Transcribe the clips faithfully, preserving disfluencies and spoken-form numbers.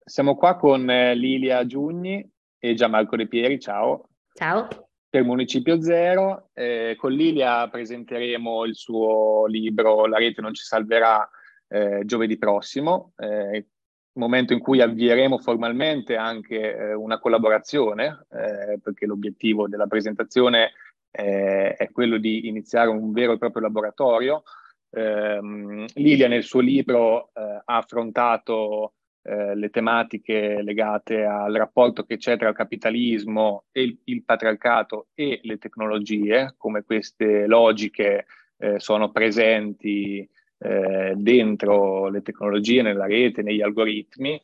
Siamo qua con eh, Lilia Giugni e Gianmarco De Pieri, ciao. Ciao. Per Municipio Zero. Eh, con Lilia presenteremo il suo libro La rete non ci salverà eh, giovedì prossimo, eh, momento in cui avvieremo formalmente anche eh, una collaborazione, eh, perché l'obiettivo della presentazione eh, è quello di iniziare un vero e proprio laboratorio. Eh, Lilia nel suo libro eh, ha affrontato eh, le tematiche legate al rapporto che c'è tra il capitalismo e il, il patriarcato e le tecnologie, come queste logiche eh, sono presenti eh, dentro le tecnologie, nella rete, negli algoritmi.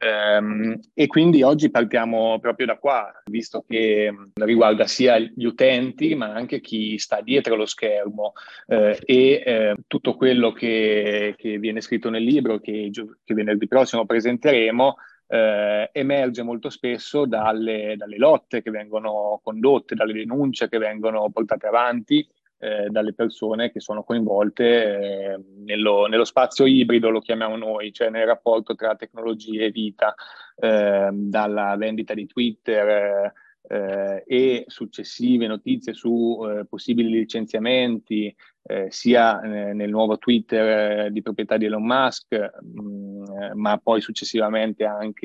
Um, e quindi oggi partiamo proprio da qua, visto che riguarda sia gli utenti ma anche chi sta dietro lo schermo eh, e eh, tutto quello che, che viene scritto nel libro che, che venerdì prossimo presenteremo eh, emerge molto spesso dalle, dalle lotte che vengono condotte, dalle denunce che vengono portate avanti eh, dalle persone che sono coinvolte eh, nello, nello spazio ibrido, lo chiamiamo noi, cioè nel rapporto tra tecnologie e vita, eh, dalla vendita di Twitter eh, eh, e successive notizie su eh, possibili licenziamenti, eh, sia eh, nel nuovo Twitter eh, di proprietà di Elon Musk, mh, ma poi successivamente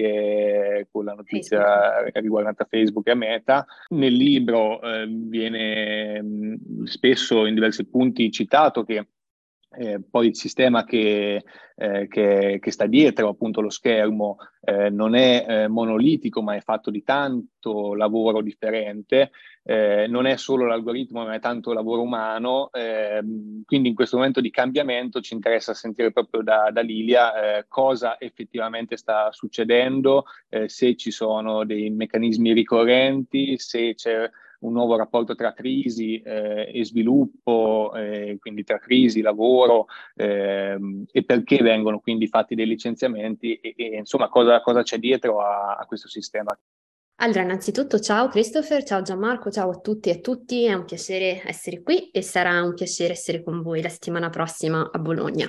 anche con la Facebook. notizia riguardante Facebook e Meta. Nel libro eh, viene mh, spesso in diversi punti citato che eh, poi il sistema che, eh, che, che sta dietro appunto lo schermo eh, non è eh, monolitico, ma è fatto di tanto lavoro differente, eh, non è solo l'algoritmo, ma è tanto lavoro umano. Eh, quindi in questo momento di cambiamento ci interessa sentire proprio da, da Lilia eh, cosa effettivamente sta succedendo, eh, se ci sono dei meccanismi ricorrenti, se c'è un nuovo rapporto tra crisi eh, e sviluppo, eh, quindi tra crisi, lavoro, eh, e perché vengono quindi fatti dei licenziamenti e, e insomma cosa, cosa c'è dietro a, a questo sistema. Allora, innanzitutto ciao Christopher, ciao Gianmarco, ciao a tutti e a tutti, è un piacere essere qui e sarà un piacere essere con voi la settimana prossima a Bologna.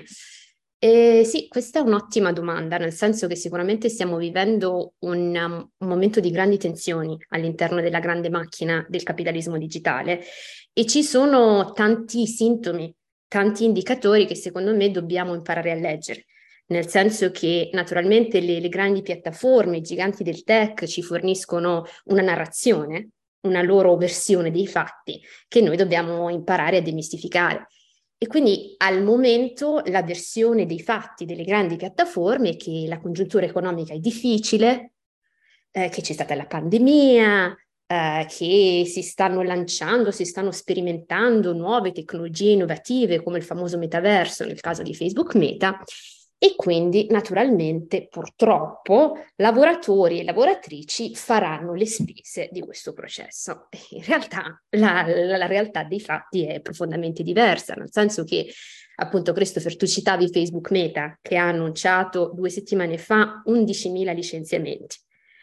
E sì, questa è un'ottima domanda, nel senso che sicuramente stiamo vivendo un, um, un momento di grandi tensioni all'interno della grande macchina del capitalismo digitale e ci sono tanti sintomi, tanti indicatori che secondo me dobbiamo imparare a leggere. Nel senso che naturalmente le, le grandi piattaforme, i giganti del tech ci forniscono una narrazione, una loro versione dei fatti che noi dobbiamo imparare a demistificare. E quindi al momento la versione dei fatti delle grandi piattaforme è che la congiuntura economica è difficile, eh, che c'è stata la pandemia, eh, che si stanno lanciando, si stanno sperimentando nuove tecnologie innovative come il famoso metaverso nel caso di Facebook Meta. E quindi, naturalmente, purtroppo, lavoratori e lavoratrici faranno le spese di questo processo. In realtà, la, la, la realtà dei fatti è profondamente diversa, nel senso che, appunto, Christopher, tu citavi Facebook Meta, che ha annunciato due settimane fa undicimila licenziamenti.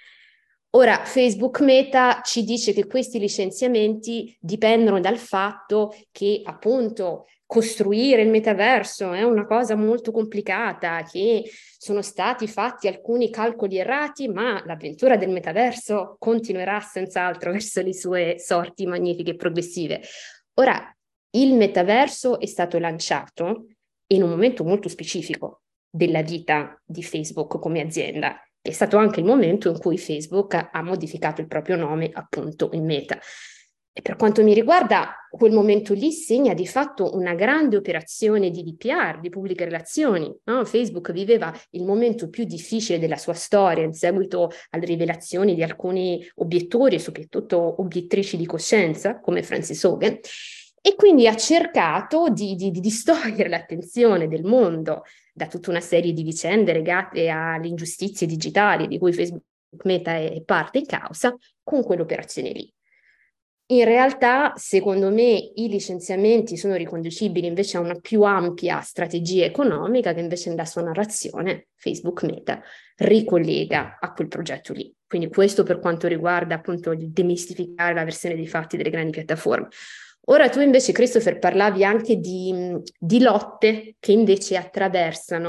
Ora, Facebook Meta ci dice che questi licenziamenti dipendono dal fatto che appunto costruire il metaverso è una cosa molto complicata, che sono stati fatti alcuni calcoli errati, ma l'avventura del metaverso continuerà senz'altro verso le sue sorti magnifiche e progressive. Ora, il metaverso è stato lanciato in un momento molto specifico della vita di Facebook come azienda. È stato anche il momento in cui Facebook ha modificato il proprio nome appunto in Meta. E per quanto mi riguarda, quel momento lì segna di fatto una grande operazione di D P R, di pubbliche relazioni. No? Facebook viveva il momento più difficile della sua storia in seguito alle rivelazioni di alcuni obiettori, soprattutto obiettrici di coscienza, come Francis Hogan, e quindi ha cercato di, di, di distogliere l'attenzione del mondo da tutta una serie di vicende legate alle ingiustizie digitali di cui Facebook Meta è parte in causa con quell'operazione lì. In realtà, secondo me, i licenziamenti sono riconducibili invece a una più ampia strategia economica che invece nella sua narrazione Facebook Meta ricollega a quel progetto lì. Quindi questo per quanto riguarda appunto il demistificare la versione dei fatti delle grandi piattaforme. Ora tu invece, Christopher, parlavi anche di, di lotte che invece attraversano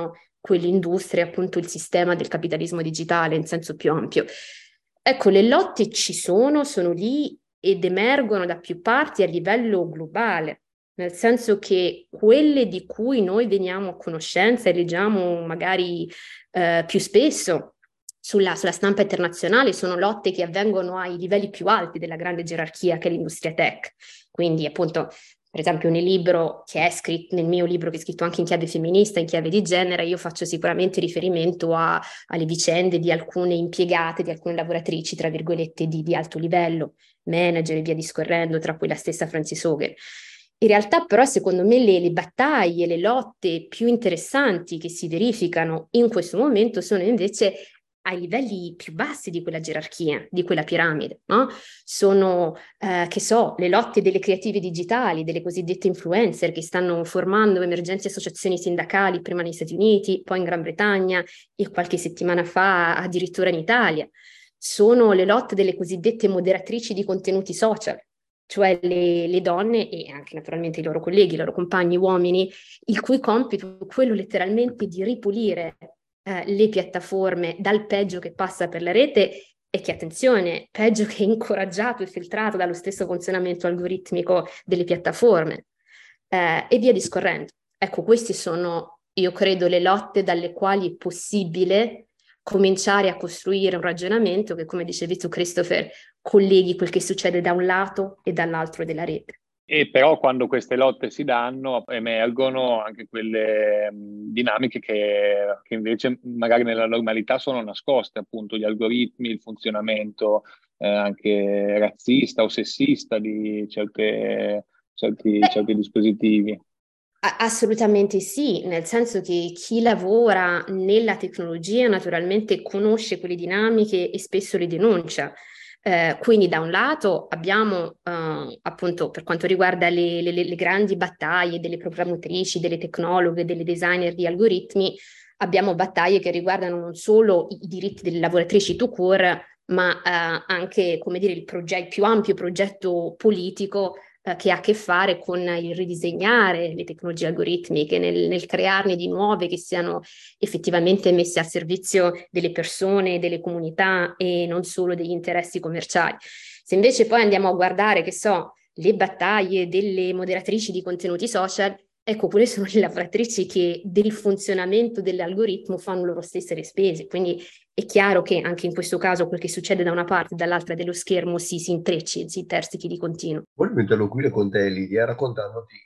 quell'industria, appunto il sistema del capitalismo digitale in senso più ampio. Ecco, le lotte ci sono, sono lì ed emergono da più parti a livello globale, nel senso che quelle di cui noi veniamo a conoscenza e leggiamo magari eh, più spesso sulla, sulla stampa internazionale sono lotte che avvengono ai livelli più alti della grande gerarchia che è l'industria tech. Quindi appunto, per esempio nel libro che è scritto, nel mio libro che è scritto anche in chiave femminista, in chiave di genere, io faccio sicuramente riferimento a, alle vicende di alcune impiegate, di alcune lavoratrici, tra virgolette, di, di alto livello, manager e via discorrendo, tra cui la stessa Frances Hogan. In realtà però secondo me le, le battaglie, le lotte più interessanti che si verificano in questo momento sono invece ai livelli più bassi di quella gerarchia, di quella piramide, no? Sono, eh, che so, le lotte delle creative digitali, delle cosiddette influencer che stanno formando emergenti associazioni sindacali, prima negli Stati Uniti, poi in Gran Bretagna e qualche settimana fa addirittura in Italia. Sono le lotte delle cosiddette moderatrici di contenuti social, cioè le, le donne e anche naturalmente i loro colleghi, i loro compagni uomini, il cui compito è quello letteralmente di ripulire eh, le piattaforme dal peggio che passa per la rete e che, attenzione, peggio che incoraggiato e filtrato dallo stesso funzionamento algoritmico delle piattaforme eh, e via discorrendo. Ecco, queste sono, io credo, le lotte dalle quali è possibile cominciare a costruire un ragionamento che, come dicevi tu, Christopher, colleghi quel che succede da un lato e dall'altro della rete. E però quando queste lotte si danno, emergono anche quelle mh, dinamiche che, che invece magari nella normalità sono nascoste, appunto gli algoritmi, il funzionamento eh, anche razzista o sessista di certe, certi, certi dispositivi. Assolutamente sì, nel senso che chi lavora nella tecnologia naturalmente conosce quelle dinamiche e spesso le denuncia. Eh, quindi da un lato abbiamo eh, appunto per quanto riguarda le, le, le grandi battaglie delle programmatrici, delle tecnologhe, delle designer di algoritmi, abbiamo battaglie che riguardano non solo i diritti delle lavoratrici to core, ma eh, anche, come dire, il progetto, più ampio progetto politico eh, che ha a che fare con il ridisegnare le tecnologie algoritmiche, nel, nel crearne di nuove che siano effettivamente messe a servizio delle persone, delle comunità e non solo degli interessi commerciali. Se invece poi andiamo a guardare, che so, le battaglie delle moderatrici di contenuti social, ecco, quelle sono le lavoratrici che del funzionamento dell'algoritmo fanno loro stesse le spese, quindi è chiaro che anche in questo caso quel che succede da una parte e dall'altra dello schermo si, si intrecci, si interstichi di continuo. Volevo interloquire con te, Lidia, raccontandoti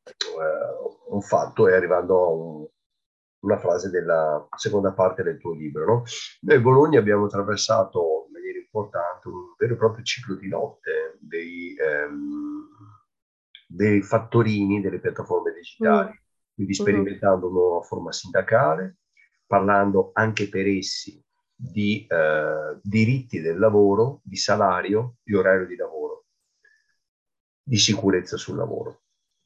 eh, un fatto e arrivando a un, una frase della seconda parte del tuo libro. No? Noi a Bologna abbiamo attraversato in maniera importante un vero e proprio ciclo di lotte dei, ehm, dei fattorini delle piattaforme digitali, Mm. quindi Mm. sperimentando una nuova forma sindacale, parlando anche per essi di eh, diritti del lavoro, di salario, di orario di lavoro, di sicurezza sul lavoro.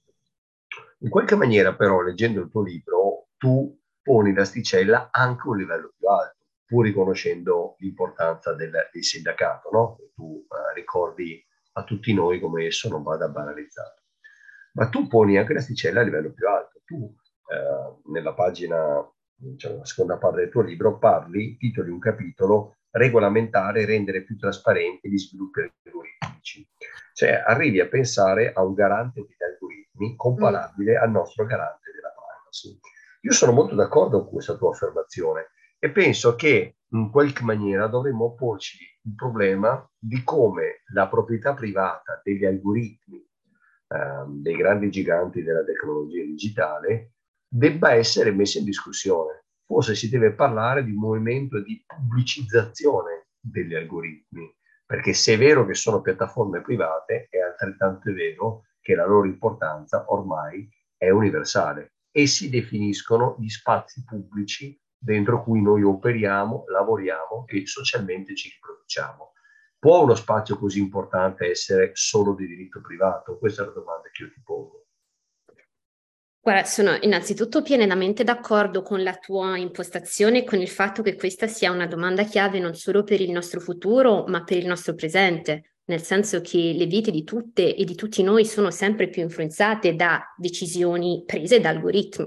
In qualche maniera però, leggendo il tuo libro, tu poni l'asticella anche a un livello più alto, pur riconoscendo l'importanza del, del sindacato, no? Tu eh, ricordi a tutti noi come esso non vada banalizzato. Ma tu poni anche l'asticella a livello più alto. Tu, eh, nella pagina, diciamo, la seconda parte del tuo libro, parli, titoli un capitolo, regolamentare e rendere più trasparenti gli sviluppi algoritmici. Cioè, arrivi a pensare a un garante degli algoritmi comparabile mm. al nostro garante della privacy. Io sono molto d'accordo con questa tua affermazione e penso che in qualche maniera dovremmo porci il problema di come la proprietà privata degli algoritmi ehm, dei grandi giganti della tecnologia digitale debba essere messa in discussione. Forse si deve parlare di un movimento di pubblicizzazione degli algoritmi, perché se è vero che sono piattaforme private, è altrettanto vero che la loro importanza ormai è universale e si definiscono gli spazi pubblici dentro cui noi operiamo, lavoriamo e socialmente ci riproduciamo. Può uno spazio così importante essere solo di diritto privato? Questa è la domanda che io ti pongo. Guarda, sono innanzitutto pienamente d'accordo con la tua impostazione e con il fatto che questa sia una domanda chiave non solo per il nostro futuro, ma per il nostro presente, nel senso che le vite di tutte e di tutti noi sono sempre più influenzate da decisioni prese da algoritmi.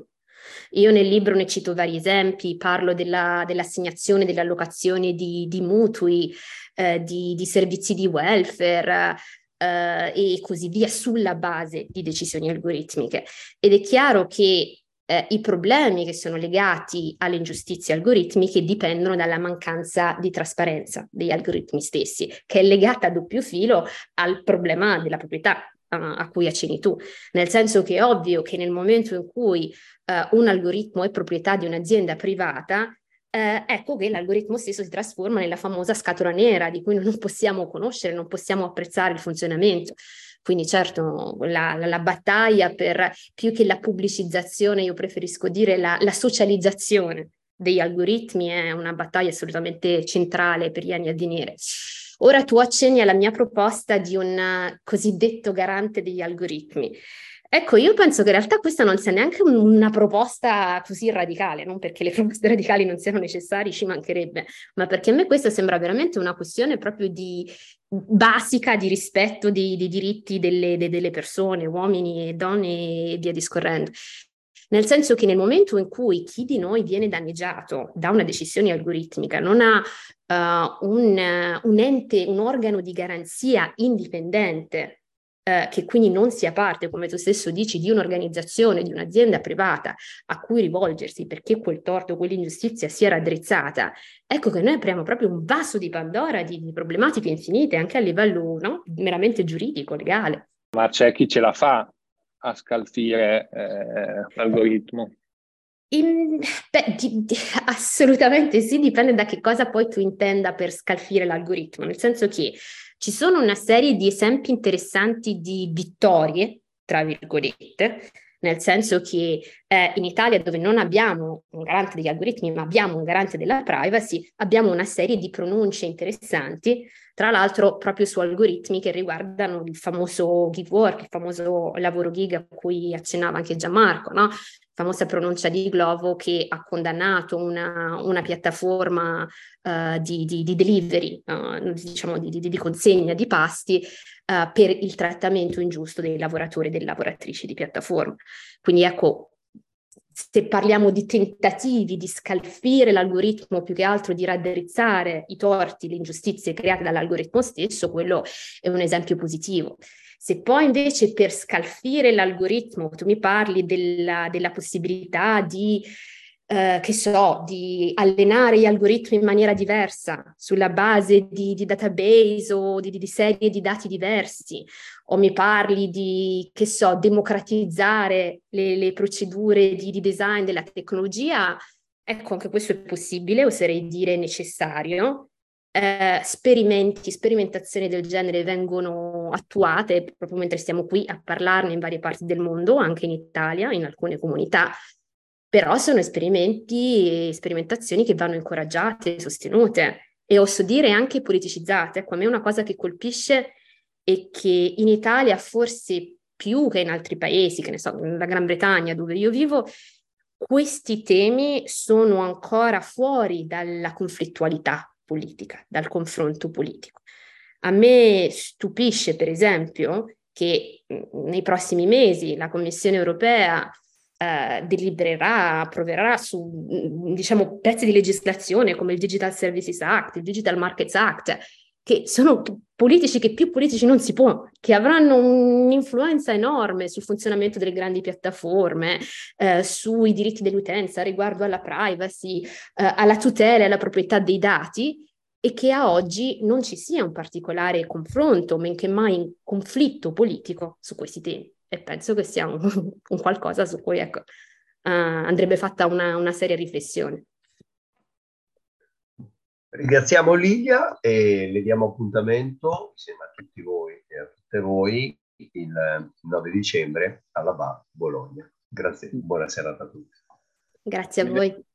Io nel libro ne cito vari esempi, parlo della, dell'assegnazione, dell'allocazione di, di mutui, eh, di, di servizi di welfare, eh, e così via sulla base di decisioni algoritmiche. Ed è chiaro che eh, i problemi che sono legati alle ingiustizie algoritmiche dipendono dalla mancanza di trasparenza degli algoritmi stessi, che è legata a doppio filo al problema della proprietà a cui accenni tu, nel senso che è ovvio che nel momento in cui uh, un algoritmo è proprietà di un'azienda privata, eh, ecco che l'algoritmo stesso si trasforma nella famosa scatola nera di cui non possiamo conoscere, non possiamo apprezzare il funzionamento. Quindi certo la, la, la battaglia per più che la pubblicizzazione, io preferisco dire la, la socializzazione degli algoritmi è una battaglia assolutamente centrale per gli anni a venire. Ora tu accenni alla mia proposta di un cosiddetto garante degli algoritmi. Ecco, io penso che in realtà questa non sia neanche una proposta così radicale, non perché le proposte radicali non siano necessarie, ci mancherebbe, ma perché a me questa sembra veramente una questione proprio di basica di rispetto dei, dei diritti delle, de, delle persone, uomini e donne e via discorrendo. Nel senso che nel momento in cui chi di noi viene danneggiato da una decisione algoritmica non ha uh, un, un ente, un organo di garanzia indipendente, uh, che quindi non sia parte, come tu stesso dici, di un'organizzazione, di un'azienda privata a cui rivolgersi perché quel torto, quell'ingiustizia sia raddrizzata, ecco che noi apriamo proprio un vaso di Pandora di, di problematiche infinite anche a livello, no, meramente giuridico, legale. Ma c'è chi ce la fa a scalfire eh, l'algoritmo? In, beh, di, di, assolutamente sì, dipende da che cosa poi tu intenda per scalfire l'algoritmo, nel senso che ci sono una serie di esempi interessanti di vittorie, tra virgolette, nel senso che eh, in Italia, dove non abbiamo un garante degli algoritmi, ma abbiamo un garante della privacy, abbiamo una serie di pronunce interessanti, tra l'altro proprio su algoritmi che riguardano il famoso gig work, il famoso lavoro gig a cui accennava anche Gianmarco, no? Famosa pronuncia di Glovo che ha condannato una, una piattaforma uh, di, di, di delivery, uh, diciamo di, di, di consegna di pasti, uh, per il trattamento ingiusto dei lavoratori e delle lavoratrici di piattaforma. Quindi ecco, se parliamo di tentativi di scalfire l'algoritmo, più che altro di raddrizzare i torti, le ingiustizie create dall'algoritmo stesso, quello è un esempio positivo. Se poi invece per scalfire l'algoritmo tu mi parli della, della possibilità di, eh, che so, di allenare gli algoritmi in maniera diversa sulla base di, di database o di, di serie di dati diversi, o mi parli di, che so, democratizzare le, le procedure di, di design della tecnologia, ecco, anche questo è possibile, oserei dire necessario. Eh, sperimenti, sperimentazioni del genere vengono attuate proprio mentre stiamo qui a parlarne in varie parti del mondo, anche in Italia, in alcune comunità, però sono esperimenti e sperimentazioni che vanno incoraggiate, sostenute e oso dire anche politicizzate. Ecco, a me una cosa che colpisce è che in Italia forse più che in altri paesi, che ne so, nella Gran Bretagna dove io vivo, questi temi sono ancora fuori dalla conflittualità politica, dal confronto politico. A me stupisce, per esempio, che nei prossimi mesi la Commissione europea eh, delibererà, approverà su, diciamo, pezzi di legislazione come il Digital Services Act, il Digital Markets Act, che sono politici che più politici non si può, che avranno un'influenza enorme sul funzionamento delle grandi piattaforme, eh, sui diritti dell'utenza riguardo alla privacy, eh, alla tutela e alla proprietà dei dati, e che a oggi non ci sia un particolare confronto, men che mai un conflitto politico su questi temi. E penso che sia un, un qualcosa su cui, ecco, uh, andrebbe fatta una, una seria riflessione. Ringraziamo Lilia e le diamo appuntamento insieme a tutti voi e a tutte voi il nove dicembre alla B A Bologna. Grazie, buona serata a tutti. Grazie a voi.